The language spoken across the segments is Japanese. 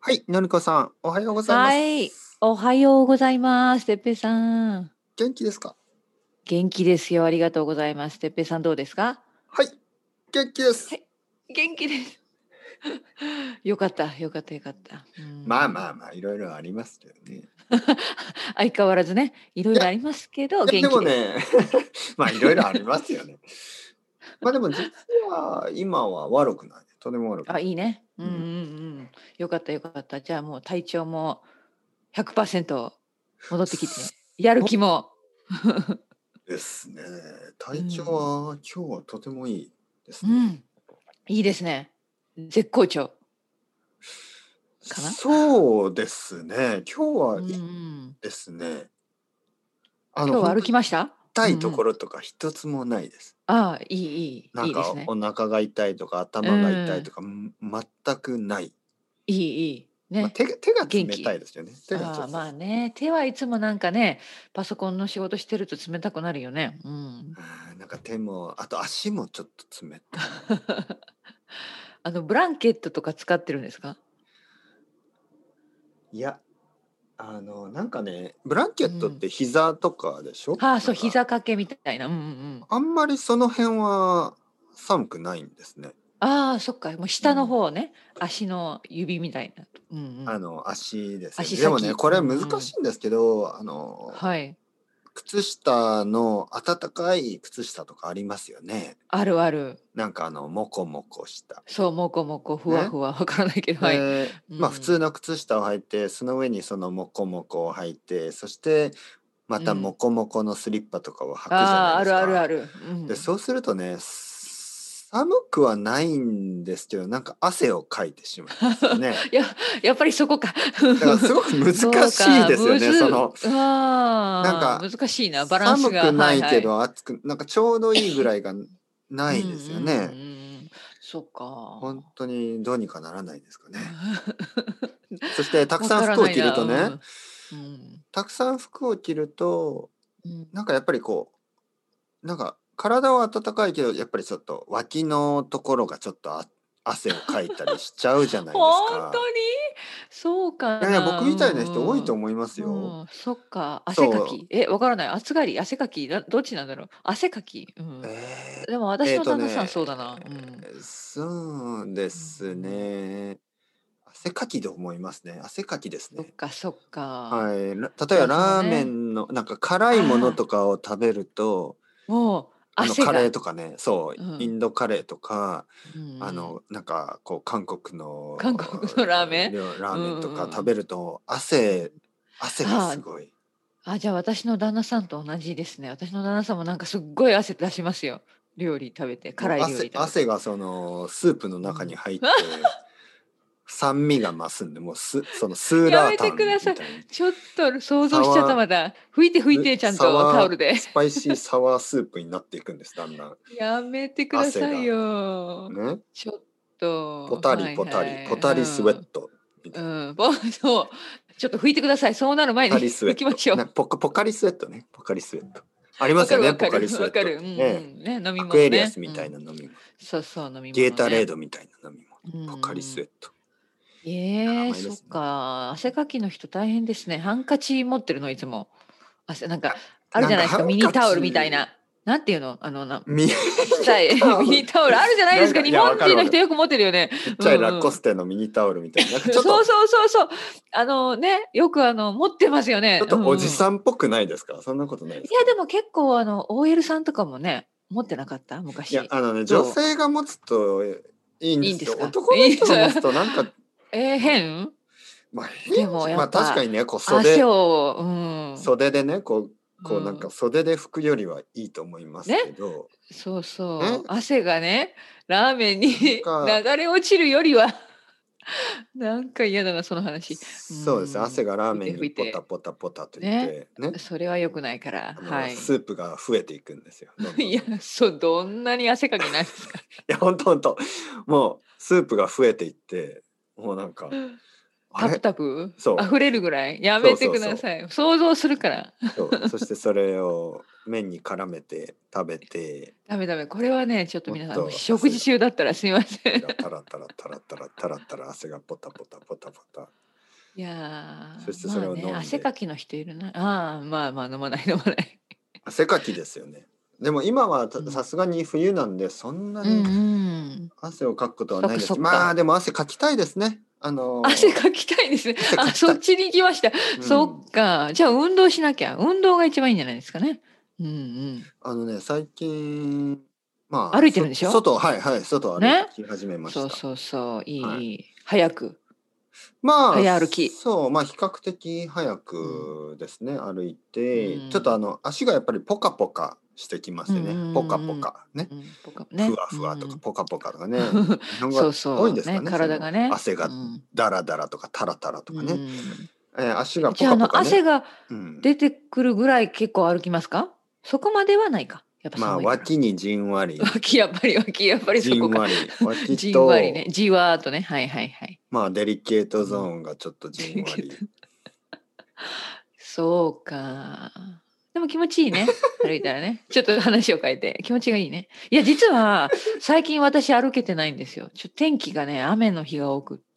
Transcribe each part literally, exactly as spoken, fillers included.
はい、のりこさん、おはようございまはい、 す。 おはようございます。てっぺいさん。 元気ですか？ 元気ですよ。ありがとうございます。てっぺいさんどうですか？ はい、元気です。 はい、元気です。よかった、よかった、よかった。うまあん。 まあまあ、いろいろありますけどね。 相変わらずね、いろいや、いいろありますけど、 やで元気です。 もね、まあいろいろありますよね。まあでも実は今は悪くない。とても悪くあ、 ない。 いいね。うんうんううん。 ん。よかった、よかった。じゃあもう体調もひゃくパーセント戻ってきて、やる気そうも。 ですね。体調うん。 は今日はとてもいいですね。 うん。いいですね。絶好調かな？ そうですね。今日はうんういいん。 ですね。あの、 今日は歩本当にきました？ 痛いとうんうん。 ころとか一つもないです。 ああ、いいいい、 なんかいいですね。 お腹が痛いとかう頭が痛いとん。 か、ん、全くない。 いいいい。 まあ、 ね。 手が手が冷たい元気。 ですよね。手がちああ、 ょっと、 まあね、手はいつもなんかね、パソコンの仕事してると冷たくなるよね。うん。 あーなんか手も、あと足もちょっと冷たい。 あのブランケットとか使ってるんですか？ いや、あの、なんかね、ブランケットっうん。 て膝とかでしょ？ ああ、そう、 なんか、 膝掛けみたいな。うんうんうん。 あんまりその辺は寒くないんですね。 ああ、そっか、もう下のうん。 方ね、足の指みたいな。うんうん。 あの、足ですよね。でもね、 足先。 これうん難うん。 しいんですけど、あの、 はい。 靴下の暖かい靴下とかありますよね。 あるある。 なんかあの、もこもこした。 そう、もこもこ、ふわね。 ふわ、わからないけど、はい。 で、まあ普通うん。 の靴下を履いて、その上にそのモコモコを履いて、そしてまたモうん。 コモコのスリッパとかを履くじゃないああ、あるあるあですか。 る。うで、 ん。 そうするとね、寒くはないんですけど、なんか汗をかいてしまうんですよね。 ややっぱりそこか。 だからすごく難しいそうか、 ですよね。そむずの、なんああ、 か難しいな、バランスが。 寒くないけはいはい。 ど暑く、なんかちょうどいいぐらいがないでうんうんうんすよね。 うん。そっ本か。 当にどうにかならないですかね。そしてたくわさん服を着るからないな、 とね、 うん。うん。 たくさん服を着ると、 うん。 なんかやっぱりこう、なんか体は温かいけど、やっぱりちょっと脇のところがちょっとあ汗をかいたりしちゃうじゃないですか。 ほんとに？そういやいや、僕かな。うみたいな人多いとん思いますうん。 よ。 うん、そっか、汗かそう。 き。え、わからない。暑がり、汗かき、だどっちなんだろう。汗かき。うん。 えでもー、えー私の旦那さんとね、 そうだな。うん。 そうでうんうすん。 ね。汗かきと思いますね。汗かきですね。 そっかそっか。 はい。ら例えばじゃあそのラーメね、 ンのなんか辛いものああ、 とかを食べると、 もうあのカレー汗が。 とかね、そう、イうん。 ンドカレーとか、 うんうん。 あの、なんかこう韓国の韓国のラーメン？ りょラーうんうメンとか食んべると、 うん。 汗汗があすごい。 あ、あ、じゃあ私の旦那さんと同じですね。私の旦那さんもなんかすっごい汗出しますよ。料理食べて、辛い料もう汗理食べて。 汗がそのスープのうん。 中に入って、酸味が増すんで、もうすそのスーやめラータてください。 ンみたいに、 ちょっと想像しちゃった、 サワまた。拭いて拭いーて、ちゃんサとタオワールで。 スパイシーサワースープになっていくんです、だんだん。 やめてください汗が、 よ。 ね。 ちょっと、 ポタリはいポタリ、ポはい。 タリスウェッうトみたいな。 ん。うん。ぼそう。ちょっと拭いてください。そうなる前にポカリス拭ウェット。ね、 きましょう。 ポカポカリスウェットね。ポカリスウェット。ありまわすよね、 かるわかる。 ポカリスエわかる。うんットってね。 うん。ね、飲みアクエリア物ね。 スみたいうん。 な飲み物。 そうそう、飲みゲータレー物ね。 ドみたいな飲み物。 うんうポカリスエん。 ット。 ええ、そっ甘いですね。 か。汗かきの人大変ですね。ハンカチ持ってるの、いつも。汗なんか、あるなんかハンじゃないですか、ミニカタオルみたいチ、 な。なんていうの、あの、なミニちっちゃいタオル。 ミニタオルあるじゃないですか。 なんか、いや、 日本わかるわかる。 人の人よく持ってるよね。 ちっちゃいラコうんうん。 ステのミニタオルみたいな。なんかちょっと、 そうそうそうそう。あのね、よくあの、持ってますよね。 ちょっとおじうんうん。 さんっぽくないですか？そんなことないですか？ いや、でも結構あの、オーエル さんとかもね、持ってなかった？ いや、 昔。 あのね、女どう？ 性が持つといいんですよ。 いいんですか？ 男のいいです。 人が持つとなんか、 えー、 ま、 変？ まあ、変でもじゃまあ、確かやっぱ、 にね、こう袖汗をうん、 袖でね、こうこうなんかうん。 袖で拭くよりはいいと思いますね、 けど、 そうね、 そう、汗がね、ラーメンになん流か、 れ落ちるよりは、なんか嫌だな、その話。うそうですね、汗ん、 がラー拭いてメンにポタ拭いて。 ポタポタといっね、 て、ね、 それは良くないから、 あの、スはい。 ープが増えていくんですよ。どんいや、 どんどんどん。いそう、どんなに汗かきなんですか。 や、ほんとほんと。もうスープが増えていって、もうなんか、 タプあれタプそう溢れるぐらいやそうめてくそうそうださい。想像するから。 そうそしてそれを麺に絡めて食べてダメダメ。これはね、ちょっともっ皆さん、もうと食事汗が中だったらすいません。 汗がタラタラタラタラタラタラ汗がポタポタポタポタいやー、 そしてそれをまあね、 飲んで汗かきの人いるな。ああ、まあまあ飲まない飲まない。 汗かきですよね。でも今はたうん。 さすがに冬なんでそんなうんにうん。 汗をかくことはそっかないです。 そっか。 まあでも汗かきたいですね。あ汗のかきたいですね。 ー汗かあ、 きたい。 そっちに行きました。そうん。 っか。じゃあ運動しなきゃ。運動が一番いいんじゃないですかね。うんうん。 あのね最近まあそ歩いてるんでしょ？ 外はいはい外を歩ね。 き始めました。 そうそうそう。いはい。 いいい。早く。 まあ早歩き。 そうまあ比較的早うん。 くですね歩いうーてちょっとあん。 の足がやっぱりポカポカしてきまうんうすね。ポカポんうんカね。 うん。うん、ぽかふね。 わふわとかうん。 ポカポカとかね。日本語そう多いそう。ね、 ですかね。その体がね。 汗がうん。 ダラダラとかタラタラとうかね。 ん。 えー足がポじゃあ、あの、 カポカね。 汗がうん。 出てくるぐらい結構歩きますか？そこまではないか。やっぱまあ寒いから。 脇にじんわり、 脇やっぱり脇やっぱりそじこか。 んわり、脇じんわりね。 と、 じわーっとね。はいはいはい。 まあデリケートゾーうん。 ンがちょっとじんわり。 そうか。でも気持ちいいね。歩いたらね。ちょっと話を変えて気持ちがいいね。いや、実は最近私歩けてないんですよ。ちょ天気がね、雨の日が多くって、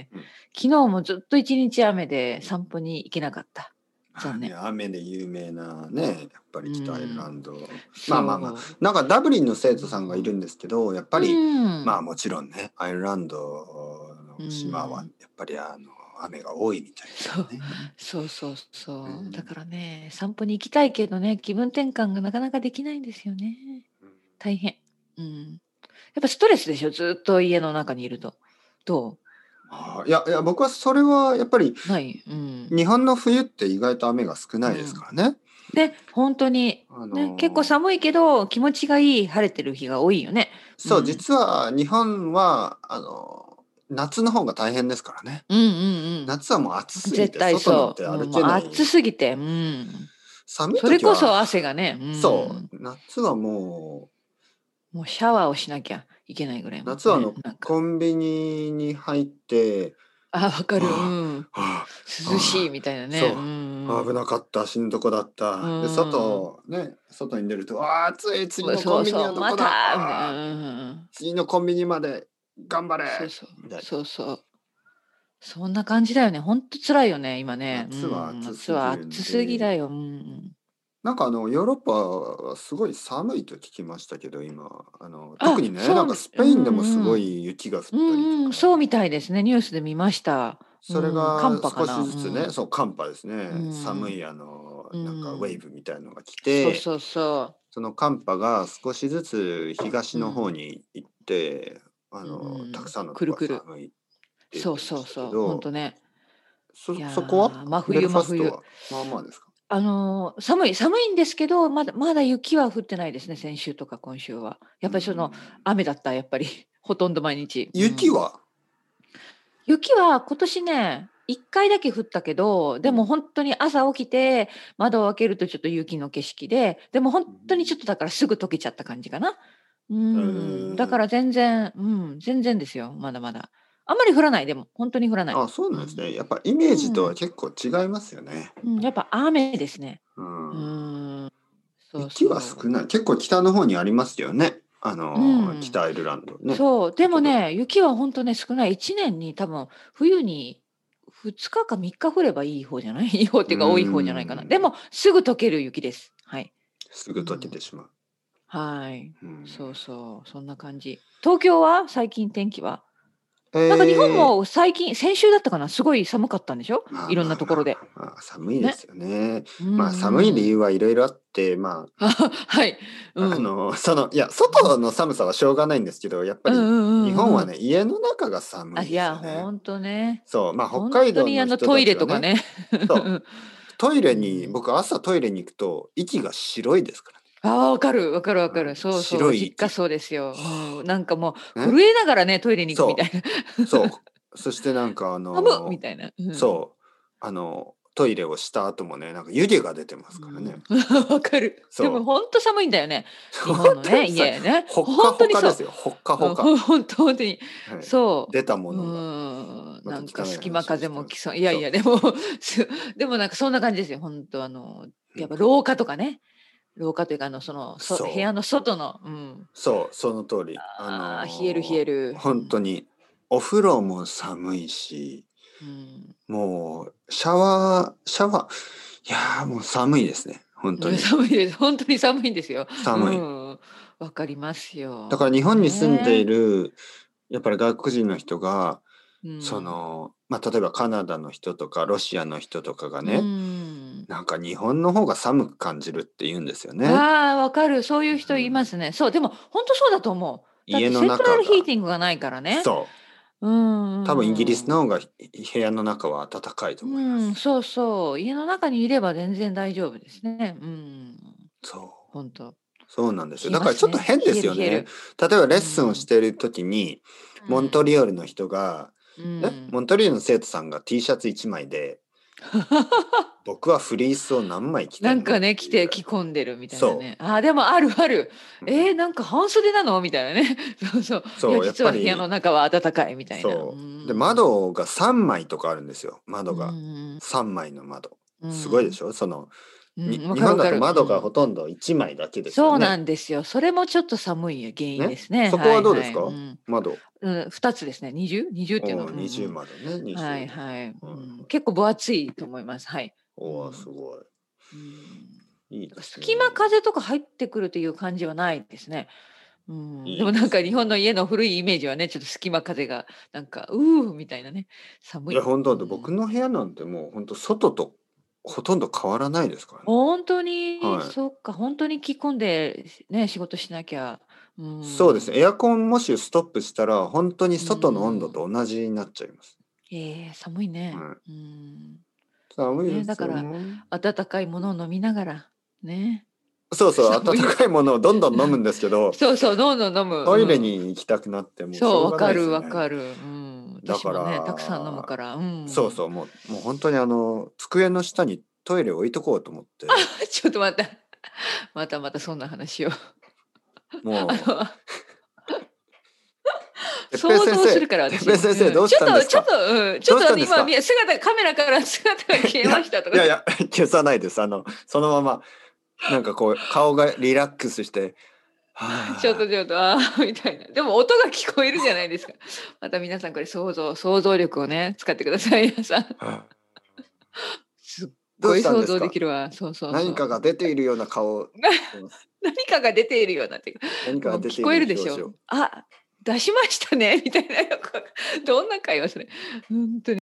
うん。 昨日もずっと一日雨で散歩に行けなかった。 まあね、 残念。 雨で有名なね、やっぱうり北アイルラん。 ンド。まあまあまあ、 そなんかダブリンのう。 生徒さんがいるんですけど、やっぱうり、 ん。 まあもちろんね、アイルランドうの島はん。 やっぱりあの雨が多いみたいですそう。 ね。 そうそううそう。だかん。 らね、散歩に行きたいけどね、気分転換がなかなかできないんですよね。大変。うん。やっぱストレスでしょ、ずっと家の中にいると。どああ、いやいや、僕はそれはやっぱりう？ない？うん。 日本の冬って意外と雨が少ないですうん。 からね。 で、本当に、 あね、結構の寒いけど、気持ちがいい晴れてる日が多いよね。うそう、 ん。 実は日本はあの夏の方が大変ですからね。 うんうん夏はもう暑うん。 すぎ絶対て外なんそう。うん、もうて歩けない。 暑すぎて、うん。 寒いそれ時はこそ汗がね、うそん。 う、夏はももうシャワーをしなきゃいけないぐらいう、 もうね、 夏はあのなんか。 コンビニに入って、 あ、わかる。うはん。 あ、はあ、 涼しいはあ、 みたいなね。うそう、危んなかった、死ぬとこだっうた。で、 ん。 外、ね、外に出ると、ああ、暑い、次うん。 のコンビニそうそう、まはどこだ、 たみたいな。 ああ、 うん。 次のコンビニまで頑張れそうそう。 みたいな。 そうそう。そんな感じだよね。ほんと辛いよね、今ね。う夏はん、 暑夏はすぎるん暑すぎで、 だよ。うん。 なんかあのヨーロッパはすごい寒いと聞きましたけど、今あの特あ、 にね、なんかそう、 スペインでうんもすごうん。 い雪が降っうんうん、 たりとか、 そうみたいですね。ニュースで見ました。うそれん、寒が少し波かな。 ずつね、 うん。 そう寒波ですうね、寒ん。 いあのうなんかウェーん。 ブみたいのが来て、 そうそうそその寒波が少しずつ東う。うの方ん。 に行って、あうんうのたくん。 さんのとこがくるくる。 寒いって言っそうてましたけそうそう。ほんど、 とね。いそそこはや、真ベル冬真冬。 ファストはまあまあですか？ あの、寒い寒いんですけど、まだまだ雪は降ってないですね、先週とか今週は。やうっぱりその、 ん。 雨だった、やっぱり。ほとんど毎日。うん。 雪は？ 雪は今年ね、いっかいだけ降ったけど、でもうん。 本当に朝起きて、窓を開けるとちょっと雪の景色で、でも本当にちょっとだからすぐ溶けちゃった感じかな。うえん、だかーら全然、うん、全然ですよ、まだまだ。あんまり降らない、でも、本当に降らない。 あ、そううん。 なんですね。やっぱイメージとはうん。 結構違いますよね。 うん、やっぱ雨ですね。 ううん。 ーん、そう雪はそ少ない。結構北の方にありますよね。あう。うの、 ん。 北アイルランドね。 そう、でも先ほど。 ね、雪は本当ね、少ない。いちねんに多分冬にふつかかみっか降ればいい方じゃない？いい方ってうーいうか多い方じゃないかな。でん。 も、すぐ溶ける雪です。はい。 すぐ溶けうん。 てしまう。 はい。 うん。 そうそう、そんな感じ。東京は？最近天気は？ えなんか日本え、 も最近先週だったかな、すごい寒かったんでしょ？ まあいろんまあまあなところで。 まあ、寒いでね。 すよね。 うんまあ寒い理うん。 由はいろいろあって、まあ、はい。うあ、あん。 の、その、いや、外の寒さはしょうがないんですけど、やっぱりうんうんうんうん。 日本はね、家の中が寒あ、 いですいや、 よね。 ほんとね。 そう、まあ北ほんと海道の人にあのトイたちはね、 レとかね。 そう、トイうレに、 ん。 僕朝トイレに行くと息が白いですからね。 ああ、分かる分かる分かる。 うん、 そうそう、 白い息。 実家そうですよ。うん、なんかもうね。 震えながらね、トイレに行くみたそいな。 う、そう。そしてなんかあ寒っみの、 たいな。うん。 そう、あの、トイレをした後もね、なんか湯気が出てますからね。 うん。分かる。でもそう。 ほんと寒いんだよね。日本本のね、 当にさ、 家ね。 ほっかほんとにそう。 ほかですよ。ほっかうん、 ほか。 ほほんとほんとに。 はい。 そ出たう。うものが。 ーん。 またなんか聞かない隙間風話をしてます。 も来そう。いやいそう。 や、でも、すでもなんかそんな感じですよ。本当あの、 うん。 やっぱ廊下とかね。廊下というか、あの、その、そ部屋そう。 の外の、うん。 そう、その通り。あああ、冷える冷えの、 る。うほんとん。 にお風呂も寒いし、 うん。 もうシャワーシャワーいや、もう寒いですね、ほんとうん、 に。 寒いです。本当に寒いんですよ。う寒い。 ん。わかりますよ。 だから日本に住んでいね。 る、やっぱり外国人の人が、 うそん。 の、ま、例えばカナダの人とかロシアの人とかがうね、 ん。 なんか日本の方が寒く感じるって言うんですよね。 ああ、わかる。そういう人うん。 いますね。そう、でも本当そうだと思う。だって家のセントラルヒー中がティングがないからね。 そう。 うん多分イギリスうんうん。 の方が、ひ部屋の中は暖かいと思いまうん、 す。 そうそう。家の中にいれば全然大丈夫ですね。うん。 そう。 本当。 そうなんですよ。 冷えだからますね。 ちょっと変で冷えすよね。 る冷える。 例えばレッスンをしうん。 ている時に、モントうん。 リオールの人が、 うね、 ん。 モントリオールの生徒さんが T シャツいちまいで、僕はフリースを何枚着てんのっなんかね、着てていうぐらい。 着込んでるみたいなそね。ああ、でもあるある。 う。うん。 えー、なんか半袖なのみたいなね。そうそう。いや、 そう、やっ実は部屋のぱり、 中は暖かいみたいな。うそう。で、 ん。 窓がさんまいとかあるんですよ、 う窓が。 ん。 さんまいの窓。 うん。 すごいでしょ？その、にうん、わ日本だとかるわかる。う窓がほん。 とんどいちまいだけですよそうなね。 んですよ。それもちょっと寒い原因でね。 すね。 そこははいはい。うどうですか？ ん。 窓。 うん、ふたつですね。にじゅう？ にじゅう っていうの？ おお、 うんう二重ん。 窓ね、二重はい窓。 はい。うはいん、 はい。 結構分厚いと思います。はい。うおお、すん。 ごい。 うん。 いいだからですね。 隙間風とか入ってくるという感じはないですね。うん。でいいですね。 もなんか日本の家の古いイメージはね、ちょっと隙間風がなんか、うーみたいなね、寒いや、 い。 ほんとだって、 うん。 僕の部屋なんてもうほんと外とほとんど変わらないですからね。 ほんとに、 はい。 そっか、ほんとに着込んで、ね、仕事しなきゃ。うそうですね、エん。 アコンもしストップしたら、ほんとにう外の温度ん。 と同じになっちゃいます。 ええ、寒いね。 はい。 うん。ね、だ寒いですからよね。 温かいものを飲みながら、ね。 そうそう、温寒い。 かいものをどんどん飲むんですけど、 そうそう、どんどん飲む。 トイレうん。 に行きたくなってもうしそう、 ょうがないでわかるすよね。 わかる。うん。 だか私もね、たくさん飲むら、 から。うん。 そうそう、もうもうほんとにあの、机の下にトイレを置いとこうと思って、 ちょっと待った。またまたそんな話を。あもう、 の、 哲平想像する先生から私。 哲平先生うん。 どうちょっとちょっしたんですか？ と、うん、ちょどうっと今、 したんですか？ み姿カメラから姿が消いや、 えましたとか。 いやいや、消さないです。あの、そのまま、なんかこう、顔がリラックスして、 ちょっはあ、 とちょっと、ああ、みたいな。でも音が聞こえるじゃないですか。また皆さんこれ想像想像力をね、使ってください、皆さん。 はあ。 すっどうしごい想像でたんですか？ きるわ。そうそうそう。 何かが出ているような顔をなしてます。 何かが出ているようなっていうか、 何かもう聞こが出ているえるでしょ。 表情。 あ、出しましたねみたいな、よくわかどんな会話それ。ほんとに。